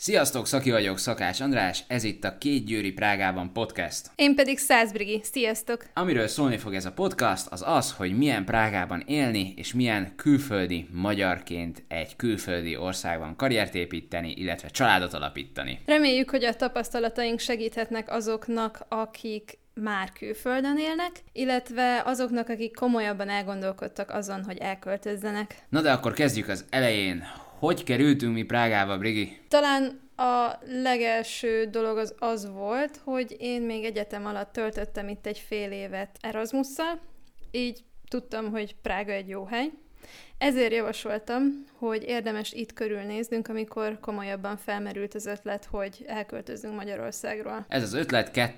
Sziasztok, Szaki vagyok, Szakács András, ez itt a Két Győri Prágában podcast. Én pedig Szász Brigi, sziasztok! Amiről szólni fog ez a podcast, az az, hogy milyen Prágában élni, és milyen külföldi magyarként egy külföldi országban karriert építeni, illetve családot alapítani. Reméljük, hogy a tapasztalataink segíthetnek azoknak, akik már külföldön élnek, illetve azoknak, akik komolyabban elgondolkodtak azon, hogy elköltözzenek. Na de akkor kezdjük az elején. Hogy kerültünk mi Prágába, Brigi? Talán a legelső dolog az volt, hogy én még egyetem alatt töltöttem itt egy fél évet Erasmusszal, így tudtam, hogy Prága egy jó hely. Ezért javasoltam, hogy érdemes itt körülnéznünk, amikor komolyabban felmerült az ötlet, hogy elköltözzünk Magyarországról. Ez az ötlet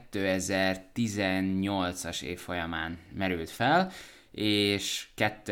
2018-as év folyamán merült fel, és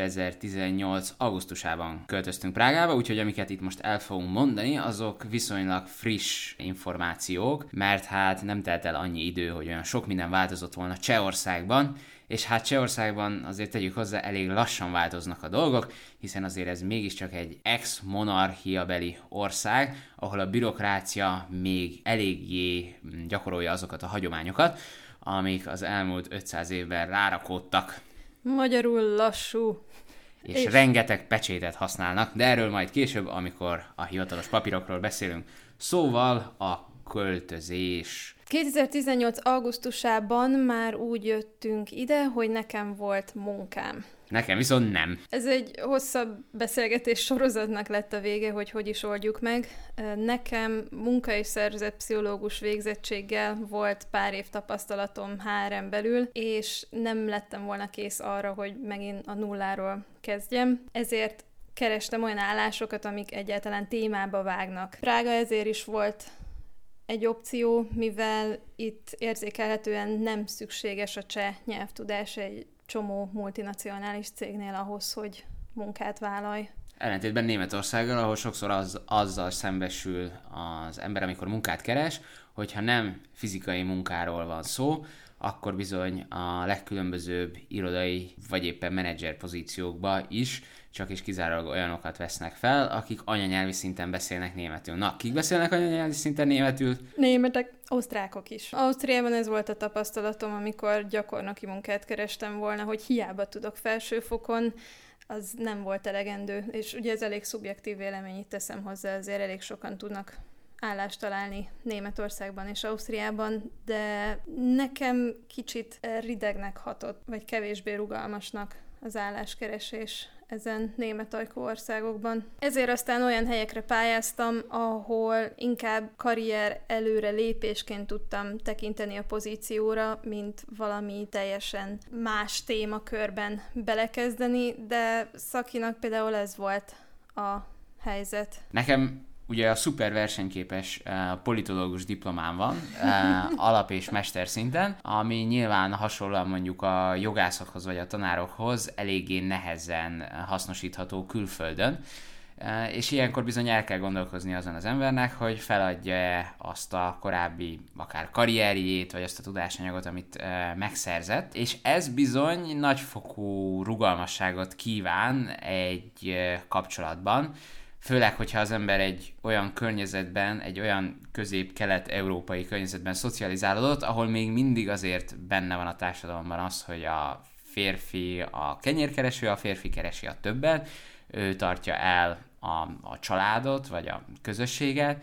2018. augusztusában költöztünk Prágába, úgyhogy amiket itt most el fogunk mondani, azok viszonylag friss információk, mert hát nem telt el annyi idő, hogy olyan sok minden változott volna Csehországban, és hát Csehországban azért tegyük hozzá, elég lassan változnak a dolgok, hiszen azért ez mégiscsak egy ex-monarchiabeli ország, ahol a bürokrácia még eléggé gyakorolja azokat a hagyományokat, amik az elmúlt 500 évben rárakódtak. Magyarul lassú. És rengeteg pecsétet használnak, de erről majd később, amikor a hivatalos papírokról beszélünk. Szóval a költözés. 2018. augusztusában már úgy jöttünk ide, hogy nekem volt munkám. Nekem viszont nem. Ez egy hosszabb beszélgetés sorozatnak lett a vége, hogy is oldjuk meg. Nekem munka- és szervezetpszichológus végzettséggel volt pár év tapasztalatom HR-en belül, és nem lettem volna kész arra, hogy megint a nulláról kezdjem. Ezért kerestem olyan állásokat, amik egyáltalán témába vágnak. Prága ezért is volt egy opció, mivel itt érzékelhetően nem szükséges a cseh nyelvtudás egy csomó multinacionális cégnél ahhoz, hogy munkát vállalj. Ellentétben Németországgal, ahol sokszor azzal szembesül az ember, amikor munkát keres, hogyha nem fizikai munkáról van szó, akkor bizony a legkülönbözőbb irodai vagy éppen menedzser pozíciókba is csak és kizárólag olyanokat vesznek fel, akik anyanyelvi szinten beszélnek németül. Na, kik beszélnek anyanyelvi szinten németül? Németek, osztrákok is. Ausztriában ez volt a tapasztalatom, amikor gyakornoki munkát kerestem volna, hogy hiába tudok felsőfokon, az nem volt elegendő, és ugye ez elég szubjektív vélemény, itt teszem hozzá, azért elég sokan tudnak állást találni Németországban és Ausztriában, de nekem kicsit ridegnek hatott, vagy kevésbé rugalmasnak az álláskeresés ezen német ajkú országokban. Ezért aztán olyan helyekre pályáztam, ahol inkább karrier előre lépésként tudtam tekinteni a pozícióra, mint valami teljesen más témakörben belekezdeni, de Szakinak például ez volt a helyzet. Nekem ugye a szuper versenyképes politológus diplomám van, alap- és mesterszinten, ami nyilván hasonlóan mondjuk a jogászokhoz vagy a tanárokhoz eléggé nehezen hasznosítható külföldön, és ilyenkor bizony el kell gondolkozni azon az embernek, hogy feladja azt a korábbi akár karrierjét, vagy azt a tudásanyagot, amit megszerzett, és ez bizony nagyfokú rugalmasságot kíván egy kapcsolatban, főleg, hogyha az ember egy olyan környezetben, egy olyan közép-kelet-európai környezetben szocializálódott, ahol még mindig azért benne van a társadalomban az, hogy a férfi a kenyérkereső, a férfi keresi a többet, ő tartja el a családot, vagy a közösséget,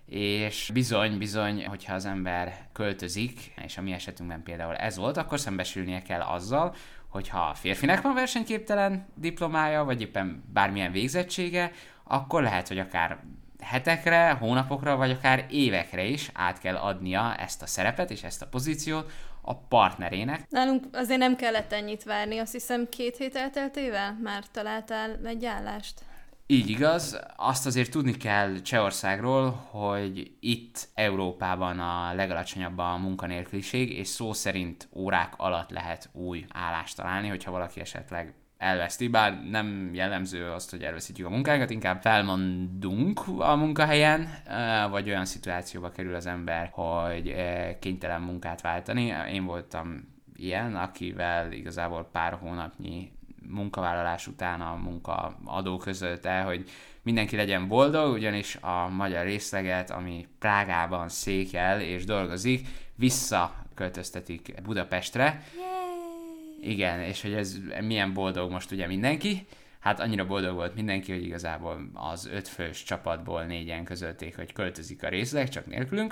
és bizony, hogyha az ember költözik, és a mi esetünkben például ez volt, akkor szembesülnie kell azzal, hogyha a férfinek van versenyképtelen diplomája, vagy éppen bármilyen végzettsége, akkor lehet, hogy akár hetekre, hónapokra, vagy akár évekre is át kell adnia ezt a szerepet és ezt a pozíciót a partnerének. Nálunk azért nem kellett ennyit várni, azt hiszem 2 hét elteltével már találtál egy állást. Így igaz, azt azért tudni kell Csehországról, hogy itt Európában a legalacsonyabb a munkanélküliség, és szó szerint órák alatt lehet új állást találni, hogyha valaki esetleg elveszti, bár nem jellemző azt, hogy elveszítjük a munkánkat, inkább felmondunk a munkahelyen, vagy olyan szituációba kerül az ember, hogy kénytelen munkát váltani. Én voltam ilyen, akivel igazából pár hónapnyi munkavállalás után a munkaadó közölte, hogy mindenki legyen boldog, ugyanis a magyar részleget, ami Prágában székel és dolgozik, visszaköltöztetik Budapestre. Yay! Igen, és hogy ez milyen boldog most ugye mindenki. Hát annyira boldog volt mindenki, hogy igazából az 5 fős csapatból 4-en közölték, hogy költözik a részleg, csak nélkülünk.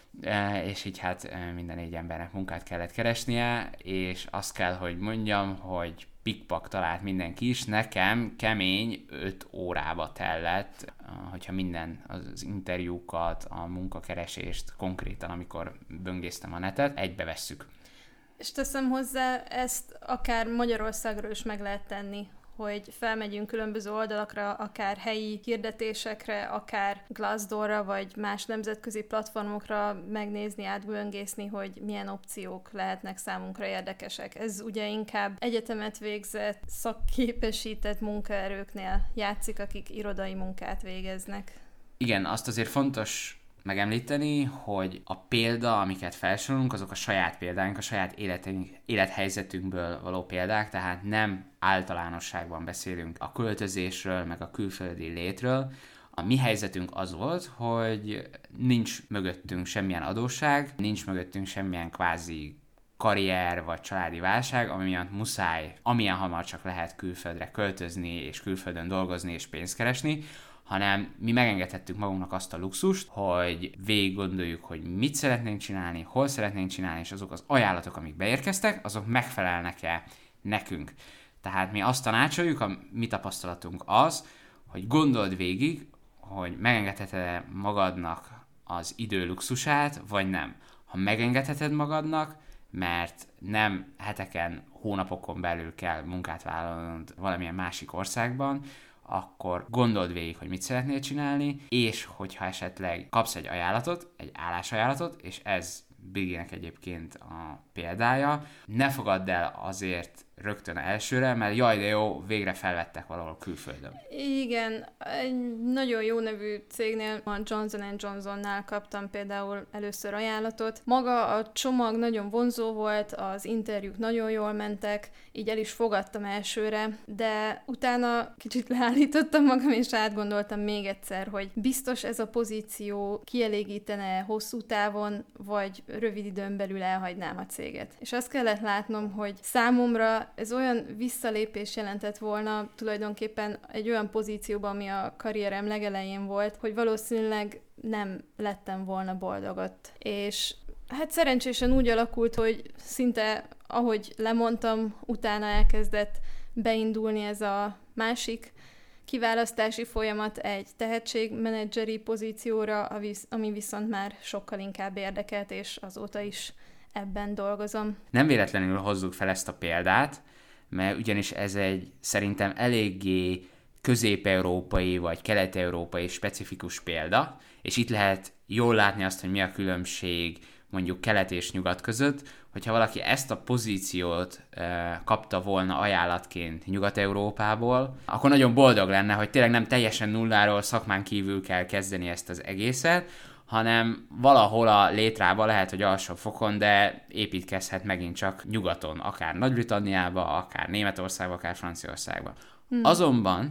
És így hát minden 4 embernek munkát kellett keresnie, és azt kell, hogy mondjam, hogy pikpak talált mindenki is, nekem kemény 5 órába tellett, hogyha minden az interjúkat, a munkakeresést konkrétan, amikor böngésztem a netet, egybevesszük. És teszem hozzá, ezt akár Magyarországról is meg lehet tenni, hogy felmegyünk különböző oldalakra, akár helyi hirdetésekre, akár Glassdoorra, vagy más nemzetközi platformokra megnézni, átböngészni, hogy milyen opciók lehetnek számunkra érdekesek. Ez ugye inkább egyetemet végzett, szakképesített munkaerőknél játszik, akik irodai munkát végeznek. Igen, azt azért fontos megemlíteni, hogy a példa, amiket felsorolunk, azok a saját példáink, a saját élethelyzetünkből való példák, tehát nem általánosságban beszélünk a költözésről, meg a külföldi létről. A mi helyzetünk az volt, hogy nincs mögöttünk semmilyen adósság, nincs mögöttünk semmilyen kvázi karrier vagy családi válság, ami miatt muszáj, amilyen hamar csak lehet külföldre költözni, és külföldön dolgozni és pénzt keresni, hanem mi megengedhettük magunknak azt a luxust, hogy végig gondoljuk, hogy mit szeretnénk csinálni, hol szeretnénk csinálni, és azok az ajánlatok, amik beérkeztek, azok megfelelnek-e nekünk. Tehát mi azt tanácsoljuk, a mi tapasztalatunk az, hogy gondold végig, hogy megengedheted magadnak az idő luxusát, vagy nem. Ha megengedheted magadnak, mert nem heteken, hónapokon belül kell munkát vállalnod valamilyen másik országban, akkor gondold végig, hogy mit szeretnél csinálni, és hogyha esetleg kapsz egy ajánlatot, egy állásajánlatot, és ez Briginek egyébként a példája, ne fogadd el azért rögtön elsőre, mert jaj, de jó, végre felvettek valahol külföldön. Igen, egy nagyon jó nevű cégnél, a Johnson & Johnsonnál kaptam például először ajánlatot. Maga a csomag nagyon vonzó volt, az interjúk nagyon jól mentek, így el is fogadtam elsőre, de utána kicsit leállítottam magam, és átgondoltam még egyszer, hogy biztos ez a pozíció kielégítene hosszú távon, vagy rövid időn belül elhagynám a céget. És azt kellett látnom, hogy számomra ez olyan visszalépés jelentett volna tulajdonképpen egy olyan pozícióban, ami a karrierem legelején volt, hogy valószínűleg nem lettem volna boldog ott. És hát szerencsésen úgy alakult, hogy szinte ahogy lemondtam, utána elkezdett beindulni ez a másik kiválasztási folyamat egy tehetségmenedzseri pozícióra, ami viszont már sokkal inkább érdekelt, és azóta is ebben dolgozom. Nem véletlenül hozzuk fel ezt a példát, mert ugyanis ez egy szerintem eléggé közép-európai vagy kelet-európai specifikus példa, és itt lehet jól látni azt, hogy mi a különbség mondjuk kelet és nyugat között, hogyha valaki ezt a pozíciót kapta volna ajánlatként Nyugat-Európából, akkor nagyon boldog lenne, hogy tényleg nem teljesen nulláról szakmán kívül kell kezdeni ezt az egészet, hanem valahol a létrába, lehet, hogy alsó fokon, de építkezhet megint csak nyugaton, akár Nagy-Britanniába, akár Németországba, akár Franciaországba. Azonban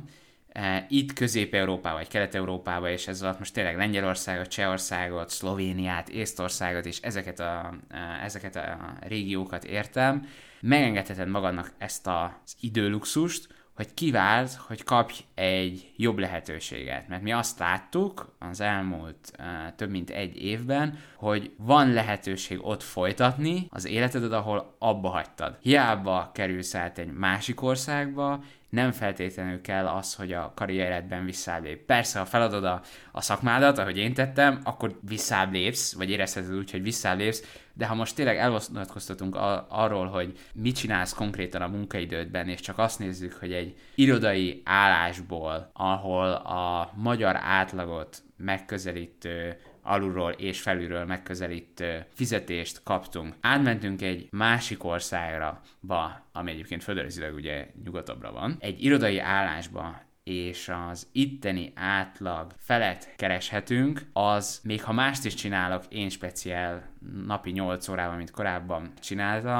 itt Közép-Európába, vagy Kelet-Európába, és ez alatt most tényleg Lengyelországot, Csehországot, Szlovéniát, Észtországot, és ezeket a régiókat értem, megengedheted magadnak ezt az időluxust, hogy kivált, hogy kapj egy jobb lehetőséget. Mert mi azt láttuk az elmúlt több mint 1 évben, hogy van lehetőség ott folytatni az életedet, ahol abba hagytad. Hiába kerülsz át egy másik országba, nem feltétlenül kell az, hogy a karrieredben visszáblép. Persze, ha feladod a szakmádat, ahogy én tettem, akkor visszáblépsz, vagy érezheted úgy, hogy visszáblépsz, de ha most tényleg elvonatkoztatunk arról, hogy mit csinálsz konkrétan a munkaidődben, és csak azt nézzük, hogy egy irodai állásból, ahol a magyar átlagot megközelítő, alulról és felülről megközelítő fizetést kaptunk. Átmentünk egy másik országra, ami egyébként földrajzilag ugye nyugatabbra van, egy irodai állásba, és az itteni átlag felett kereshetünk, az még ha mást is csinálok, én speciál napi 8 órában, mint korábban csináltam,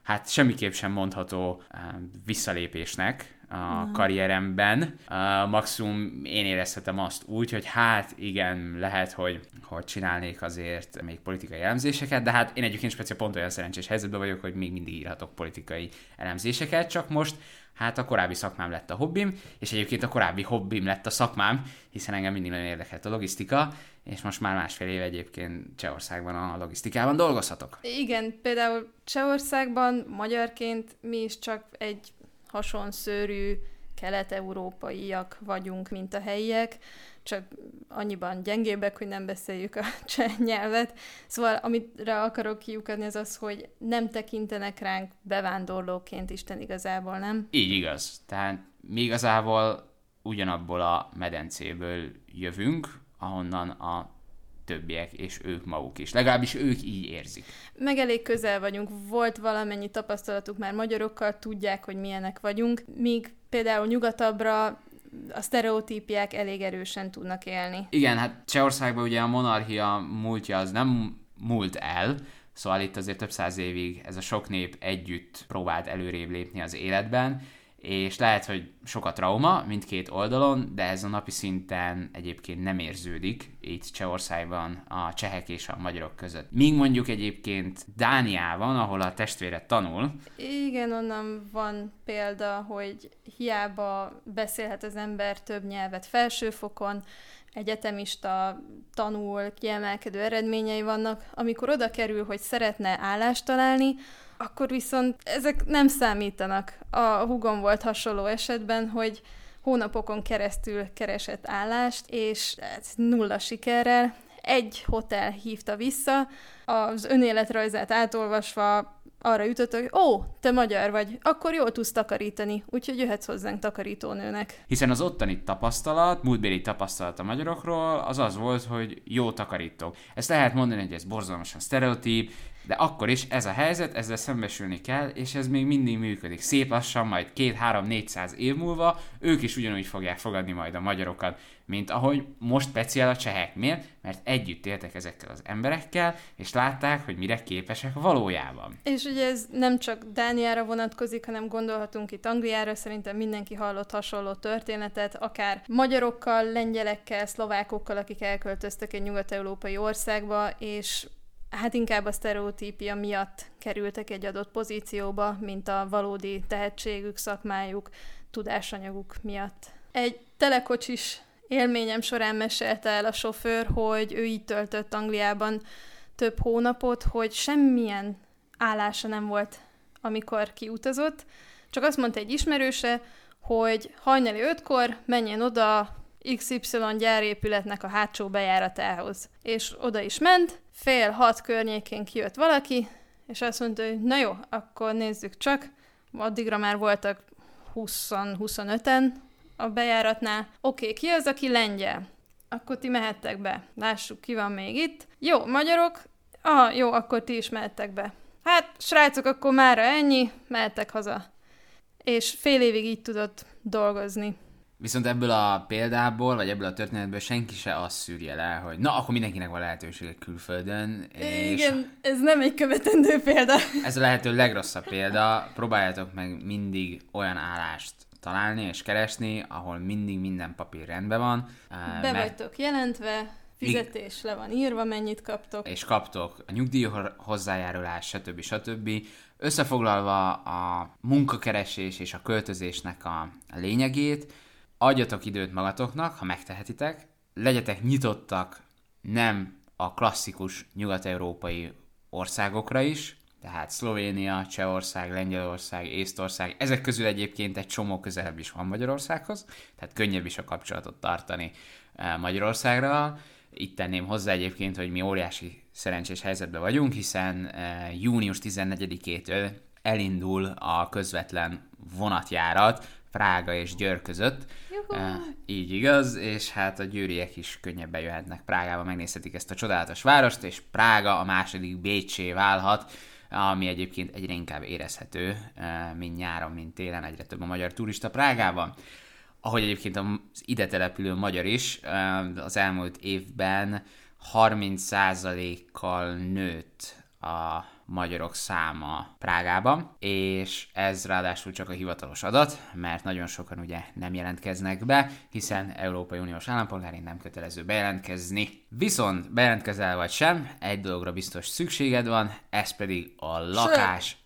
hát semmiképp sem mondható visszalépésnek a karrieremben. Maximum én érezhetem azt úgy, hogy hát igen, lehet, hogy csinálnék azért még politikai elemzéseket, de hát én egyébként speciál pont olyan szerencsés helyzetben vagyok, hogy még mindig írhatok politikai elemzéseket, csak most hát a korábbi szakmám lett a hobbim, és egyébként a korábbi hobbim lett a szakmám, hiszen engem mindig nagyon érdekelt a logisztika, és most már 1,5 éve egyébként Csehországban a logisztikában dolgozhatok. Igen, például Csehországban magyarként mi is csak egy hasonszőrű kelet-európaiak vagyunk, mint a helyiek, csak annyiban gyengébbek, hogy nem beszéljük a cseh nyelvet. Szóval amire akarok kiukadni, az az, hogy nem tekintenek ránk bevándorlóként Isten igazából, nem? Így igaz. Tehát mi igazából ugyanabból a medencéből jövünk, ahonnan a többiek, és ők maguk is. Legalábbis ők így érzik. Meg elég közel vagyunk, volt valamennyi tapasztalatuk már magyarokkal, tudják, hogy milyenek vagyunk, míg például nyugatabbra a sztereotípiák elég erősen tudnak élni. Igen, hát Csehországban ugye a monarchia múltja az nem múlt el, szóval itt azért több száz évig ez a sok nép együtt próbált előrébb lépni az életben, és lehet, hogy sok a trauma mindkét oldalon, de ez a napi szinten egyébként nem érződik itt Csehországban a csehek és a magyarok között. Míg mondjuk egyébként Dániában, ahol a testvére tanul. Igen, onnan van példa, hogy hiába beszélhet az ember több nyelvet felsőfokon, egyetemista, tanul, kiemelkedő eredményei vannak, amikor oda kerül, hogy szeretne állást találni, akkor viszont ezek nem számítanak. A húgom volt hasonló esetben, hogy hónapokon keresztül keresett állást, és nulla sikerrel. Egy hotel hívta vissza, az önéletrajzát átolvasva arra jutott, hogy te magyar vagy, akkor jól tudsz takarítani, úgyhogy jöhetsz hozzánk takarítónőnek. Hiszen az ottani tapasztalat, múltbéli tapasztalat a magyarokról, az volt, hogy jó takarítók. Ezt lehet mondani, hogy ez borzalmasan sztereotíp, de akkor is ez a helyzet, ezzel szembesülni kell, és ez még mindig működik. Szép lassan, majd 200-300-400 év múlva ők is ugyanúgy fogják fogadni majd a magyarokat, mint ahogy most speciál a csehek. Miért? Mert együtt éltek ezekkel az emberekkel, és látták, hogy mire képesek valójában. És ugye ez nem csak Dániára vonatkozik, hanem gondolhatunk itt Angliára, szerintem mindenki hallott hasonló történetet, akár magyarokkal, lengyelekkel, szlovákokkal, akik elköltöztek egy nyugat-európai országba, és hát inkább a sztereotípia miatt kerültek egy adott pozícióba, mint a valódi tehetségük, szakmájuk, tudásanyaguk miatt. Egy telekocsis élményem során mesélte el a sofőr, hogy ő így töltött Angliában több hónapot, hogy semmilyen állása nem volt, amikor kiutazott, csak azt mondta egy ismerőse, hogy hajnali 5-kor menjen oda XY gyárépületnek a hátsó bejáratához. És oda is ment, 5:30 környékén kijött valaki, és azt mondta, hogy na jó, akkor nézzük csak, addigra már voltak 20-25-en a bejáratnál. Oké, ki az, aki lengyel? Akkor ti mehettek be. Lássuk, ki van még itt. Jó, magyarok? Jó, akkor ti is mehettek be. Hát, srácok, akkor mára ennyi, mehettek haza. És fél évig így tudott dolgozni. Viszont ebből a példából, vagy ebből a történetből senki se azt szűrje le, hogy na, akkor mindenkinek van lehetősége külföldön. Igen, ez nem egy követendő példa. Ez a lehető legrosszabb példa. Próbáljátok meg mindig olyan állást találni és keresni, ahol mindig minden papír rendben van. Be vagytok jelentve, fizetés le van írva, mennyit kaptok. És kaptok a nyugdíj hozzájárulás, stb. Összefoglalva a munkakeresés és a költözésnek a lényegét, adjatok időt magatoknak, ha megtehetitek, legyetek nyitottak nem a klasszikus nyugat-európai országokra is, tehát Szlovénia, Csehország, Lengyelország, Észtország, ezek közül egyébként egy csomó közelebb is van Magyarországhoz, tehát könnyebb is a kapcsolatot tartani Magyarországra. Itt tenném hozzá egyébként, hogy mi óriási szerencsés helyzetben vagyunk, hiszen június 14-től elindul a közvetlen vonatjárat Prága és Győr között. Így igaz, és hát a győriek is könnyebben jöhetnek Prágába, megnézhetik ezt a csodálatos várost, és Prága a második Bécsé válhat, ami egyébként egyre inkább érezhető, mint nyáron, mint télen, egyre több a magyar turista Prágában. Ahogy egyébként az ide települő magyar is, az elmúlt évben 30%-kal nőtt a magyarok száma Prágában, és ez ráadásul csak a hivatalos adat, mert nagyon sokan ugye nem jelentkeznek be, hiszen Európai Uniós állampolgárként nem kötelező bejelentkezni. Viszont bejelentkezel vagy sem, egy dologra biztos szükséged van, ez pedig a lakás.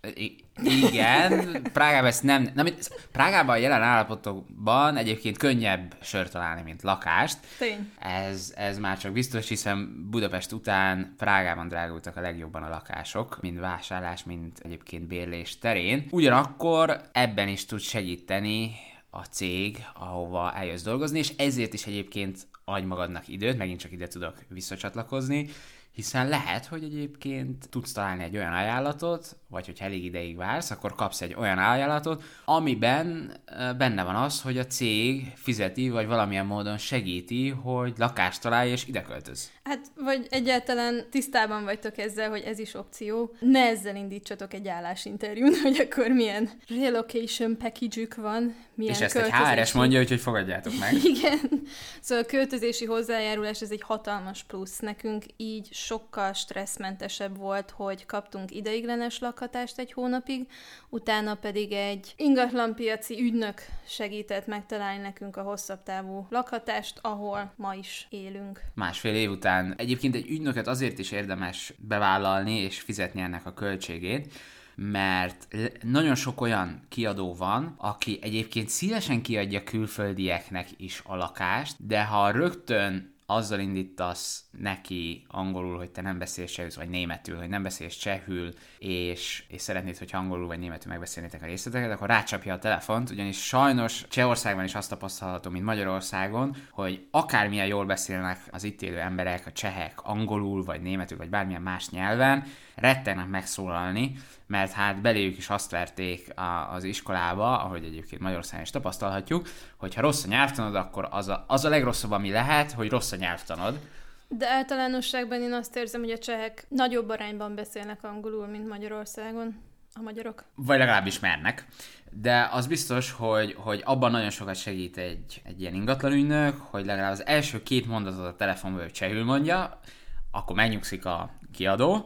Igen, Prágában ezt nem... Prágában jelen állapotokban egyébként könnyebb sört találni, mint lakást. Tény. Ez már csak biztos, hiszen Budapest után Prágában drágultak a legjobban a lakások, mind vásárlás, mind egyébként bérlés terén. Ugyanakkor ebben is tud segíteni a cég, ahova eljössz dolgozni, és ezért is egyébként adj magadnak időt, megint csak ide tudok visszacsatlakozni, hiszen lehet, hogy egyébként tudsz találni egy olyan ajánlatot, vagy hogyha elég ideig vársz, akkor kapsz egy olyan ajánlatot, amiben benne van az, hogy a cég fizeti, vagy valamilyen módon segíti, hogy lakást találj és ide költöz. Hát, vagy egyáltalán tisztában vagytok ezzel, hogy ez is opció. Ne ezzel indítsatok egy állásinterjún, hogy akkor milyen relocation package-ük van, milyen és ezt egy HRS mondja, úgyhogy fogadjátok meg. Igen. Szóval a költözési hozzájárulás, ez egy hatalmas plusz. Nekünk így sokkal stresszmentesebb volt, hogy kaptunk ideiglenes lakhatást egy hónapig, utána pedig egy ingatlanpiaci ügynök segített megtalálni nekünk a hosszabb távú lakhatást, ahol ma is élünk. Másfél év után egyébként egy ügynököt azért is érdemes bevállalni és fizetni ennek a költségét, mert nagyon sok olyan kiadó van, aki egyébként szívesen kiadja külföldieknek is a lakást, de ha rögtön azzal indítasz neki angolul, hogy te nem beszélsz csehül, vagy németül, hogy nem beszélsz csehül, és szeretnéd, hogy angolul vagy németül megbeszélnétek a részleteket, akkor rácsapja a telefont, ugyanis sajnos Csehországban is azt tapasztalható, mint Magyarországon, hogy akármilyen jól beszélnek az itt élő emberek, a csehek angolul, vagy németül, vagy bármilyen más nyelven, rettegnek megszólalni, mert hát beléjük is azt verték az iskolába, ahogy egyébként Magyarországon is tapasztalhatjuk, hogy ha rossz a nyelvtanod, akkor az a legrosszabb, ami lehet, hogy rossz a nyelvtanod. De általánosságban én azt érzem, hogy a csehek nagyobb arányban beszélnek angolul, mint Magyarországon a magyarok. Vagy legalábbis mernek. De az biztos, hogy abban nagyon sokat segít egy ilyen ingatlanügynök, hogy legalább az első 2 mondatot a telefonból csehül mondja, akkor megnyugszik a kiadó,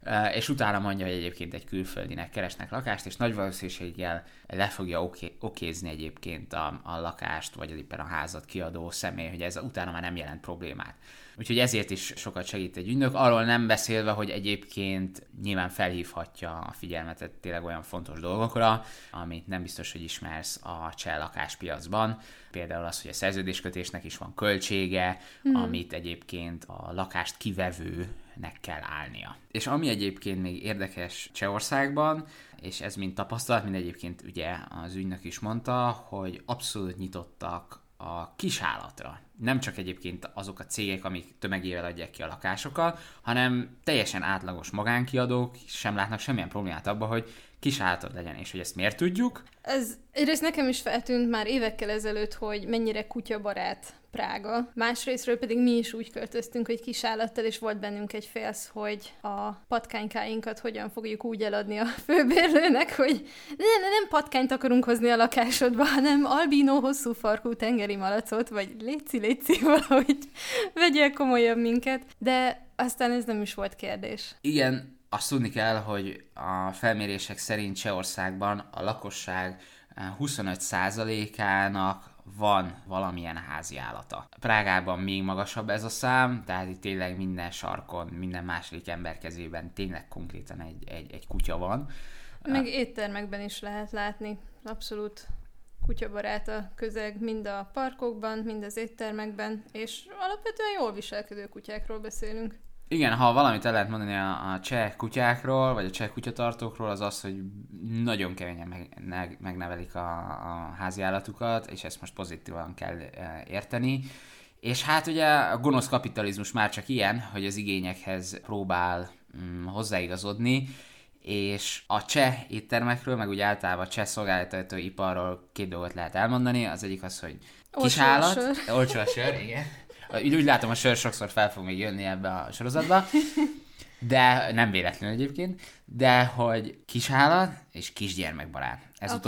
és utána mondja, hogy egyébként egy külföldinek keresnek lakást, és nagy valószínűséggel le fogja okézni egyébként a lakást, vagy éppen a házat kiadó személy, hogy ez utána már nem jelent problémát. Úgyhogy ezért is sokat segít egy ügynök, arról nem beszélve, hogy egyébként nyilván felhívhatja a figyelmetet tényleg olyan fontos dolgokra, amit nem biztos, hogy ismersz a cseh lakáspiacban. Például az, hogy a szerződéskötésnek is van költsége, amit egyébként a lakást kivevőnek kell állnia. És ami egyébként még érdekes Csehországban, és ez mind tapasztalat, mind egyébként ugye az ügynök is mondta, hogy abszolút nyitottak a kisállatra. Nem csak egyébként azok a cégek, amik tömegével adják ki a lakásokat, hanem teljesen átlagos magánkiadók sem látnak semmilyen problémát abban, hogy kisállatod legyen, és hogy ezt miért tudjuk. Ez egyrészt nekem is feltűnt már évekkel ezelőtt, hogy mennyire kutyabarát Prága. Másrésztről pedig mi is úgy költöztünk, hogy kisállattal, és volt bennünk egy félsz, hogy a patkánykáinkat hogyan fogjuk úgy eladni a főbérlőnek, hogy nem patkányt akarunk hozni a lakásodba, hanem albínó hosszú farkú tengeri malacot, vagy léci valahogy vegyél komolyabb minket, de aztán ez nem is volt kérdés. Igen, azt tudni kell, hogy a felmérések szerint Csehországban a lakosság 25%-ának van valamilyen házi állata. Prágában még magasabb ez a szám, tehát itt tényleg minden sarkon, minden második ember kezében tényleg konkrétan egy kutya van. Meg éttermekben is lehet látni, abszolút kutyabarát a közeg, mind a parkokban, mind az éttermekben, és alapvetően jól viselkedő kutyákról beszélünk. Igen, ha valamit el lehet mondani a cseh kutyákról, vagy a cseh kutyatartókról, az az, hogy nagyon keményen megnevelik a háziállatukat, és ezt most pozitívan kell érteni. És hát ugye a gonosz kapitalizmus már csak ilyen, hogy az igényekhez próbál hozzáigazodni, és a cseh éttermekről, meg úgy általában a cseh szolgáltató iparról 2 dolgot lehet elmondani. Az egyik az, hogy kisállat, olcsó a sör, igen. Úgy látom, a sör sokszor fel fog még jönni ebbe a sorozatba. De nem véletlen egyébként, de hogy kisállat és kisgyermekbarát.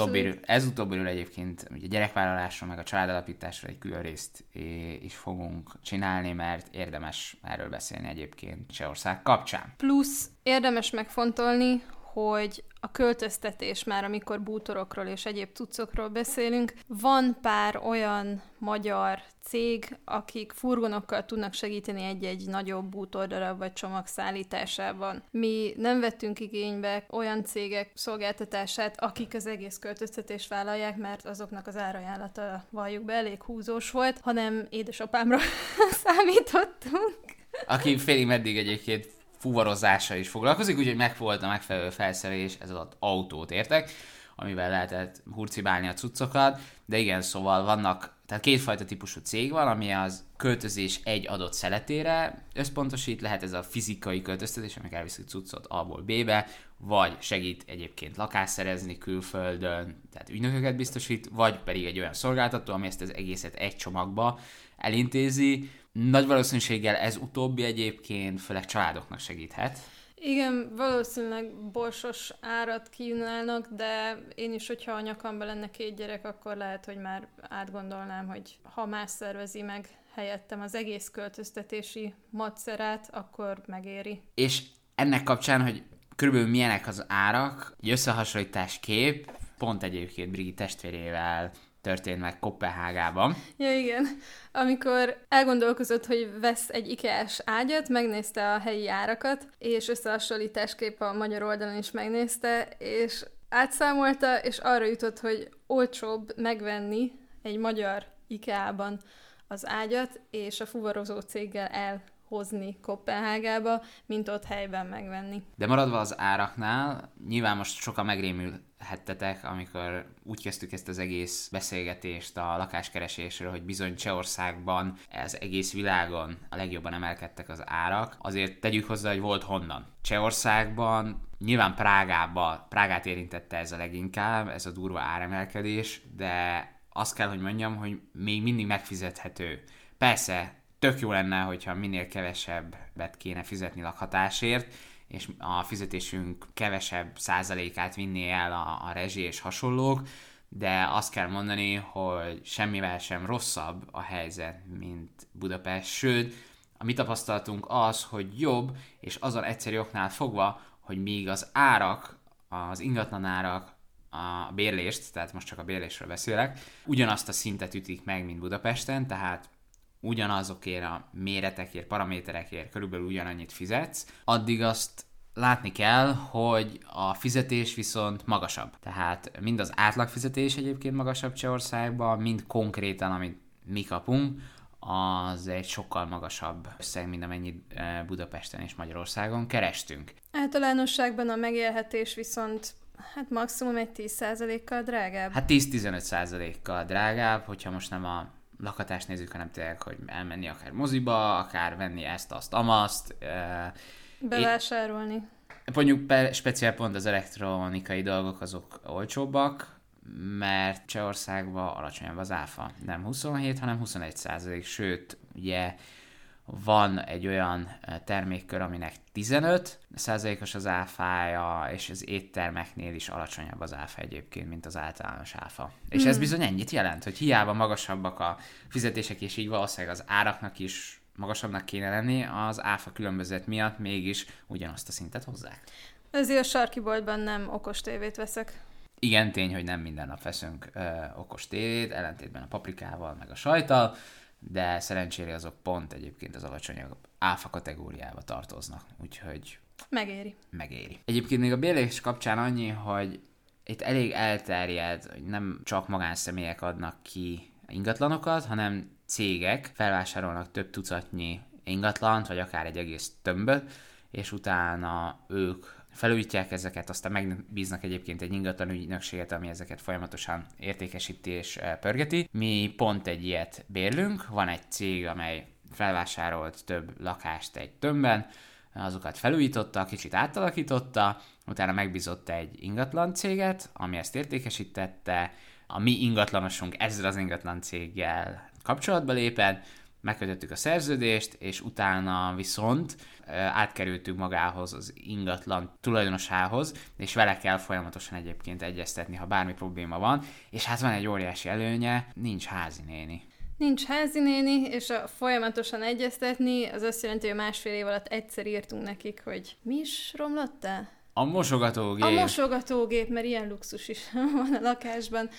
Ez utóbbiről egyébként ugye gyerekvállalásról, meg a családalapításról egy külön részt is fogunk csinálni, mert érdemes erről beszélni egyébként Csehország kapcsán. Plusz érdemes megfontolni, hogy a költöztetés már, amikor bútorokról és egyéb cuccokról beszélünk, van pár olyan magyar cég, akik furgonokkal tudnak segíteni egy-egy nagyobb bútordarab vagy csomag szállításában. Mi nem vettünk igénybe olyan cégek szolgáltatását, akik az egész költöztetést vállalják, mert azoknak az árajánlata, valljuk be, elég húzós volt, hanem édesapámra számítottunk. Aki félig meddig egyébként fuvarozással is foglalkozik, úgyhogy megvolt a megfelelő felszerelés, ez az autót értek, amivel lehetett hurcibálni a cuccokat, de igen, szóval vannak, tehát kétfajta típusú cég van, ami az költözés egy adott szeletére összpontosít, lehet ez a fizikai költöztetés, amik elviszik cuccot A-ból B-be, vagy segít egyébként lakást szerezni külföldön, tehát ügynököket biztosít, vagy pedig egy olyan szolgáltató, ami ezt az egészet egy csomagba elintézi. Nagy valószínűséggel ez utóbbi egyébként főleg családoknak segíthet. Igen, valószínűleg borsos árat kínálnak, de én is, hogyha a nyakamban lenne 2 gyerek, akkor lehet, hogy már átgondolnám, hogy ha más szervezi meg helyettem az egész költöztetési módszerát, akkor megéri. És ennek kapcsán, hogy körülbelül milyenek az árak, egy összehasonlításkép, pont egyébként Brigi testvérével történt meg Koppenhágában. Ja, igen. Amikor elgondolkozott, hogy vesz egy IKEA-s ágyat, megnézte a helyi árakat, és összehasonlításképp a magyar oldalon is megnézte, és átszámolta, és arra jutott, hogy olcsóbb megvenni egy magyar IKEA-ban az ágyat, és a fuvarozó céggel elhozni Koppenhágába, mint ott helyben megvenni. De maradva az áraknál, nyilván most sokan megrémülhettetek, amikor úgy kezdtük ezt az egész beszélgetést a lakáskeresésről, hogy bizony Csehországban, az egész világon a legjobban emelkedtek az árak. Azért tegyük hozzá, hogy volt honnan. Csehországban, nyilván Prágát érintette ez a leginkább, ez a durva áremelkedés, de azt kell, hogy mondjam, hogy még mindig megfizethető. Persze, tök jó lenne, hogyha minél kevesebbet kéne fizetni lakhatásért, és a fizetésünk kevesebb százalékát vinné el a rezsi és hasonlók, de azt kell mondani, hogy semmivel sem rosszabb a helyzet, mint Budapest, sőt, a mi tapasztalatunk az, hogy jobb, és azon egyszerű oknál fogva, hogy míg az árak, az ingatlan árak, a bérlést, tehát most csak a bérlésről beszélek, ugyanazt a szintet ütik meg, mint Budapesten, tehát ugyanazokért a méretekért, paraméterekért körülbelül ugyanannyit fizetsz, addig azt látni kell, hogy a fizetés viszont magasabb. Tehát mind az átlagfizetés egyébként magasabb Csehországban, mind konkrétan, amit mi kapunk, az egy sokkal magasabb összeg, mint amennyit Budapesten és Magyarországon kerestünk. Általánosságban a megélhetés viszont maximum egy 10%-kal drágább. 10-15%-kal drágább, hogyha most nem a lakhatást nézzük, hanem tényleg, hogy elmenni akár moziba, akár venni ezt, azt, amazt. Bevásárolni. Mondjuk speciál pont az elektronikai dolgok azok olcsóbbak, mert Csehországban alacsonyabb az áfa. Nem 27, hanem 21%, sőt, ugye van egy olyan termékkör, aminek 15%-os az áfája, és az éttermeknél is alacsonyabb az áfa egyébként, mint az általános áfa. És ez bizony ennyit jelent, hogy hiába magasabbak a fizetések, és így valószínűleg az áraknak is magasabbnak kéne lenni, az áfa különbözet miatt mégis ugyanazt a szintet hozzák. Ezért a sarki boltban nem okos tévét veszek. Igen, tény, hogy nem minden nap veszünk okos tévét, ellentétben a paprikával, meg a sajttal, de szerencsére azok pont egyébként az alacsonyabb áfa kategóriába tartoznak, úgyhogy megéri. Egyébként még a bérlés kapcsán annyi, hogy itt elég elterjed, hogy nem csak magánszemélyek adnak ki ingatlanokat, hanem cégek felvásárolnak több tucatnyi ingatlant, vagy akár egy egész tömböt, és utána ők felújítják ezeket, aztán megbíznak egyébként egy ingatlan ügynökséget, ami ezeket folyamatosan értékesíti és pörgeti. Mi pont egy ilyet bérlünk, van egy cég, amely felvásárolt több lakást egy tömbben, azokat felújította, kicsit átalakította, utána megbízott egy ingatlan céget, ami ezt értékesítette, a mi ingatlanosunk ezzel az ingatlan céggel kapcsolatba lépett, megkötöttük a szerződést, és utána viszont átkerültünk magához az ingatlan tulajdonosához, és vele kell folyamatosan egyébként egyeztetni, ha bármi probléma van, és hát van egy óriási előnye, nincs házinéni. Nincs házinéni, és a folyamatosan egyeztetni, az azt jelenti, hogy 1,5 év alatt egyszer írtunk nekik, hogy mi is romlott el? A mosogatógép. A mosogatógép, mert ilyen luxus is van a lakásban.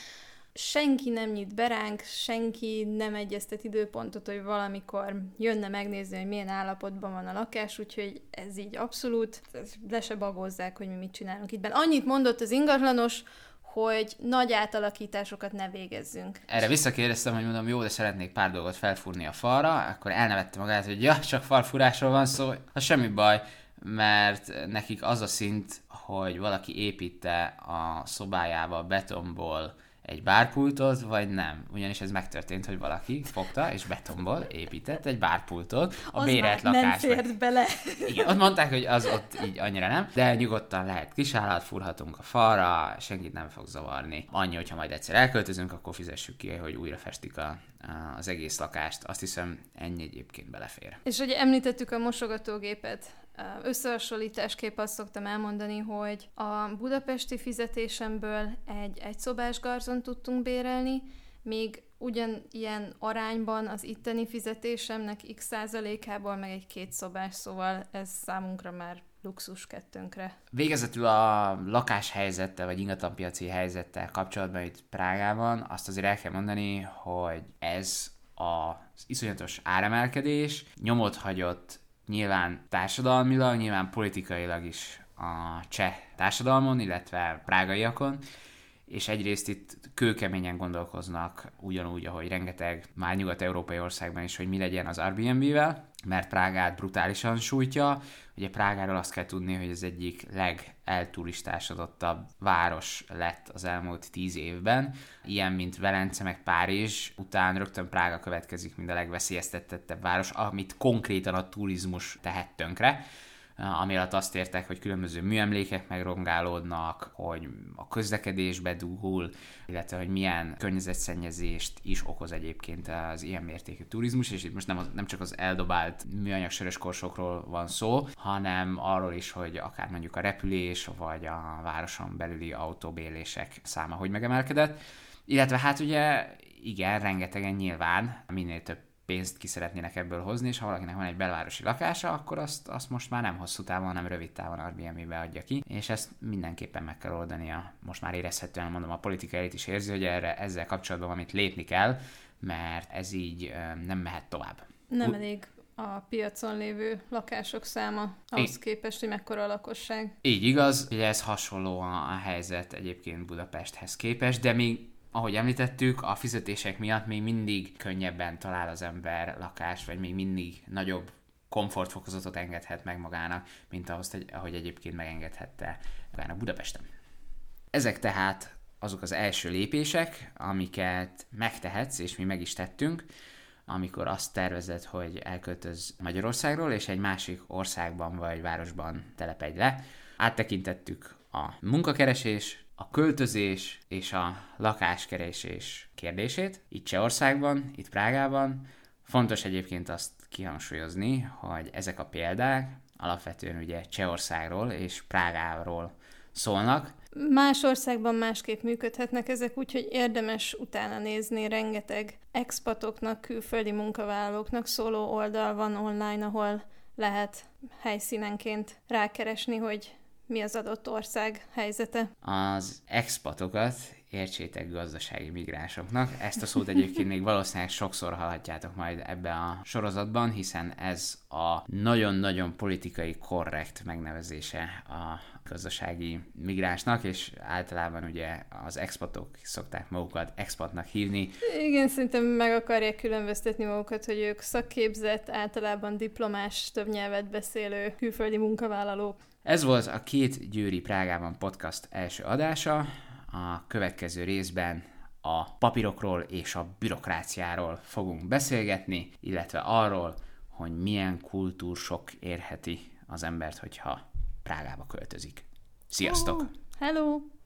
Senki nem nyit be ránk, senki nem egyeztet időpontot, hogy valamikor jönne megnézni, hogy milyen állapotban van a lakás, úgyhogy ez így abszolút, le se bagózzák, hogy mi mit csinálunk itt benne. Annyit mondott az ingatlanos, hogy nagy átalakításokat ne végezzünk. Erre visszakérdeztem, hogy mondom, jó, de szeretnék pár dolgot felfúrni a falra, akkor elnevette magát, hogy ja, csak falfúrásról van szó, az semmi baj, mert nekik az a szint, hogy valaki építte a szobájába betonból egy bárpultot, vagy nem. Ugyanis ez megtörtént, hogy valaki fogta, és betonból épített egy bárpultot a bérelt lakásba. Nem fért bele. Igen, ott mondták, hogy az ott így annyira nem, de nyugodtan lehet kisállat, fúrhatunk a falra, senkit nem fog zavarni. Annyi, hogyha majd egyszer elköltözünk, akkor fizessük ki, hogy újra festik az egész lakást. Azt hiszem, ennyi egyébként belefér. És ugye említettük a mosogatógépet. Összehasonlításképp azt szoktam elmondani, hogy a budapesti fizetésemből egy egyszobás garzont tudtunk bérelni, még ugyanilyen arányban az itteni fizetésemnek x%-ából meg egy 2 szobás, szóval ez számunkra már luxus kettőnkre. Végezetül a lakáshelyzettel, vagy ingatlanpiaci helyzettel kapcsolatban itt Prágában azt azért el kell mondani, hogy ez az iszonyatos áremelkedés nyomot hagyott nyilván társadalmilag, nyilván politikailag is a cseh társadalmon, illetve prágaiakon, és egyrészt itt kőkeményen gondolkoznak ugyanúgy, ahogy rengeteg már nyugat-európai országban is, hogy mi legyen az Airbnb-vel, mert Prágát brutálisan sújtja. Ugye Prágáról azt kell tudni, hogy az egyik legelturistásodottabb város lett az elmúlt 10 évben. Ilyen, mint Velence meg Párizs, után rögtön Prága következik, mint a legveszélyeztetettebb város, amit konkrétan a turizmus tehet tönkre. Ami alatt azt értek, hogy különböző műemlékek megrongálódnak, hogy a közlekedés bedugul, illetve hogy milyen környezetszennyezést is okoz egyébként az ilyen mértékű turizmus, és itt most nem csak az eldobált műanyag sörös korsókról van szó, hanem arról is, hogy akár mondjuk a repülés, vagy a városon belüli autóbérlések száma hogy megemelkedett. Illetve hát ugye igen, rengetegen nyilván minél több pénzt ki szeretnének ebből hozni, és ha valakinek van egy belvárosi lakása, akkor azt most már nem hosszú távon, hanem rövid távon Airbnb-be adja ki, és ezt mindenképpen meg kell oldania. Most már érezhetően mondom, a politika elit is érzi, hogy ezzel kapcsolatban valamit lépni kell, mert ez így nem mehet tovább. Nem elég a piacon lévő lakások száma ahhoz képest, hogy mekkora a lakosság. Így igaz, ugye ez hasonló a helyzet egyébként Budapesthez képest, de még ahogy említettük, a fizetések miatt még mindig könnyebben talál az ember lakást, vagy még mindig nagyobb komfortfokozatot engedhet meg magának, mint ahogy egyébként megengedhette magának Budapesten. Ezek tehát azok az első lépések, amiket megtehetsz, és mi meg is tettünk, amikor azt tervezed, hogy elköltöz Magyarországról, és egy másik országban vagy városban telepedj le. Áttekintettük a munkakeresés, a költözés és a lakáskeresés kérdését, itt Csehországban, itt Prágában. Fontos egyébként azt kihangsúlyozni, hogy ezek a példák alapvetően ugye Csehországról és Prágáról szólnak. Más országban másképp működhetnek ezek, úgyhogy érdemes utána nézni, rengeteg expatoknak, külföldi munkavállalóknak szóló oldal van online, ahol lehet helyszínenként rákeresni, hogy mi az adott ország helyzete. Az expatokat értsétek gazdasági migránsoknak. Ezt a szót egyébként még valószínűleg sokszor hallhatjátok majd ebbe a sorozatban, hiszen ez a nagyon-nagyon politikai korrekt megnevezése a gazdasági migránsnak, és általában ugye az expatok szokták magukat expatnak hívni. Igen, szerintem meg akarják különböztetni magukat, hogy ők szakképzett, általában diplomás, több nyelvet beszélő külföldi munkavállalók. Ez volt a Két Győri Prágában podcast első adása. A következő részben a papírokról és a bürokráciáról fogunk beszélgetni, illetve arról, hogy milyen kultúrsok érheti az embert, hogyha Prágába költözik. Sziasztok! Hello!